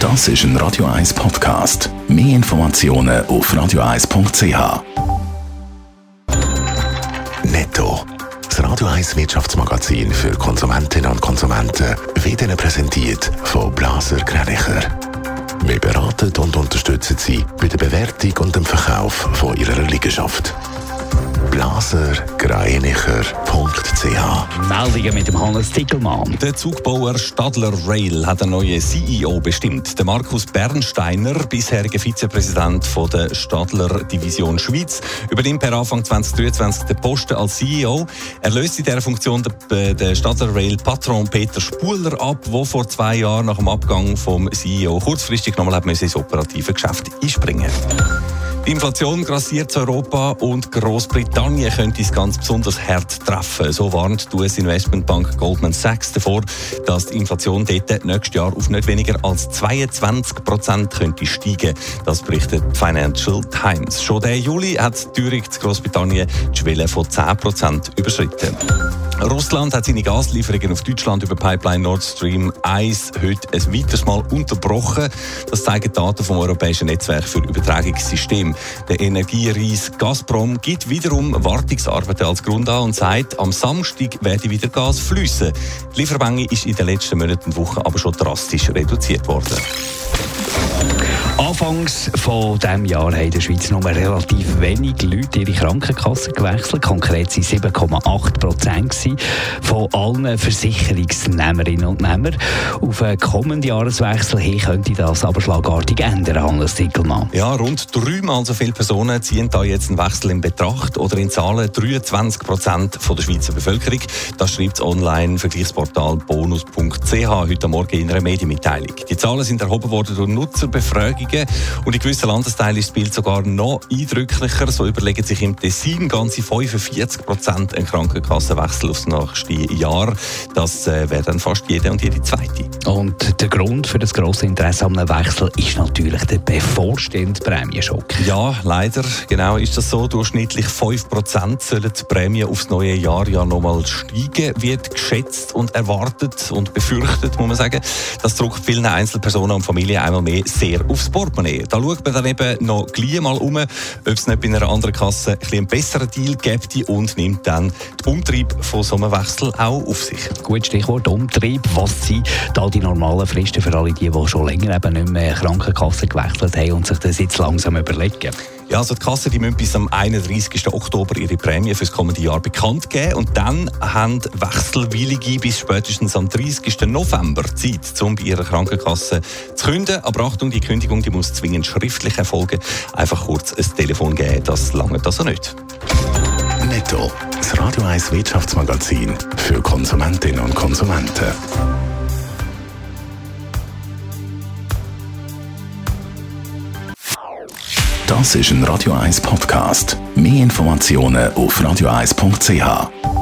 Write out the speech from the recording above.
Das ist ein Radio 1 Podcast. Mehr Informationen auf radio1.ch. Netto. Das Radio 1 Wirtschaftsmagazin für Konsumentinnen und Konsumenten wird Ihnen präsentiert von Blaser Greinicher. Wir beraten und unterstützen Sie bei der Bewertung und dem Verkauf von Ihrer Liegenschaft. blasergreinicher.ch. Meldungen mit dem Hannes Zickelmann. Der Zugbauer Stadler Rail hat einen neuen CEO bestimmt. Der Markus Bernsteiner, bisheriger Vizepräsident von der Stadler Division Schweiz, übernimmt per Anfang 2023 den Posten als CEO. Er löst in dieser Funktion den Stadler Rail Patron Peter Spuler ab, der vor 2 Jahren nach dem Abgang vom CEO kurzfristig nochmal ins operative Geschäft einspringen musste. Die Inflation grassiert in Europa und Großbritannien könnte es ganz besonders hart treffen. So warnt die US-Investmentbank Goldman Sachs davor, dass die Inflation dort nächstes Jahr auf nicht weniger als 22% könnte steigen. Das berichtet Financial Times. Schon der Juli hat die Teuerung in Großbritannien die Schwelle von 10% überschritten. Russland hat seine Gaslieferungen auf Deutschland über Pipeline Nord Stream 1 heute ein weiteres Mal unterbrochen. Das zeigen Daten vom Europäischen Netzwerk für Übertragungssystem. Der Energiereis Gazprom gibt wiederum Wartungsarbeiten als Grund an und sagt, am Samstag werde wieder Gas fliessen. Die Liefermenge ist in den letzten Monaten und Wochen aber schon drastisch reduziert worden. Anfangs von diesem Jahr haben in der Schweiz nur relativ wenig Leute ihre Krankenkasse gewechselt. Konkret waren 7,8% von allen Versicherungsnehmerinnen und Nehmern. Auf einen kommenden Jahreswechsel hin könnte das aber schlagartig ändern, Hannes Zickelmann. Ja, rund 3-mal so viele Personen ziehen da jetzt einen Wechsel in Betracht oder in Zahlen 23% von der Schweizer Bevölkerung. Das schreibt das Online-Vergleichsportal bonus.ch heute Morgen in einer Medienmitteilung. Die Zahlen sind erhoben worden durch Nutzerbefragungen und in gewissen Landesteilen ist das Bild sogar noch eindrücklicher. So überlegen sich im Tessin ganze 45% einen Krankenkassenwechsel aufs nächste Jahr. Das wäre dann fast jede und jede zweite. Und der Grund für das grosse Interesse an einem Wechsel ist natürlich der bevorstehende Prämienschock. Ja, leider, genau ist das so. Durchschnittlich 5% sollen die Prämien aufs neue Jahr ja nochmal steigen, wird geschätzt und erwartet und befürchtet, muss man sagen. Das drückt vielen Einzelpersonen und Familien einmal mehr sehr aufs Portemonnaie. Da schaut man dann eben noch gleich mal um, ob es nicht bei einer anderen Kasse ein bisschen einen besseren Deal gibt und nimmt dann den Umtrieb von so einem Wechsel auch auf sich. Gut, Stichwort Umtrieb. Was sind da die normalen Fristen für alle die schon länger eben nicht mehr Krankenkasse gewechselt haben und sich das jetzt langsam überlegen? Ja, also die Kassen die müssen bis am 31. Oktober ihre Prämie für das kommende Jahr bekannt geben und dann haben Wechselwillige bis spätestens am 30. November Zeit, um bei ihrer Krankenkasse zu kündigen. Aber Achtung, die Kündigung die muss zwingend schriftlich erfolgen. Einfach kurz ein Telefon geben, das langt also nicht. Netto. Das Radio 1 Wirtschaftsmagazin für Konsumentinnen und Konsumenten. Das ist ein Radio 1 Podcast. Mehr Informationen auf radio1.ch.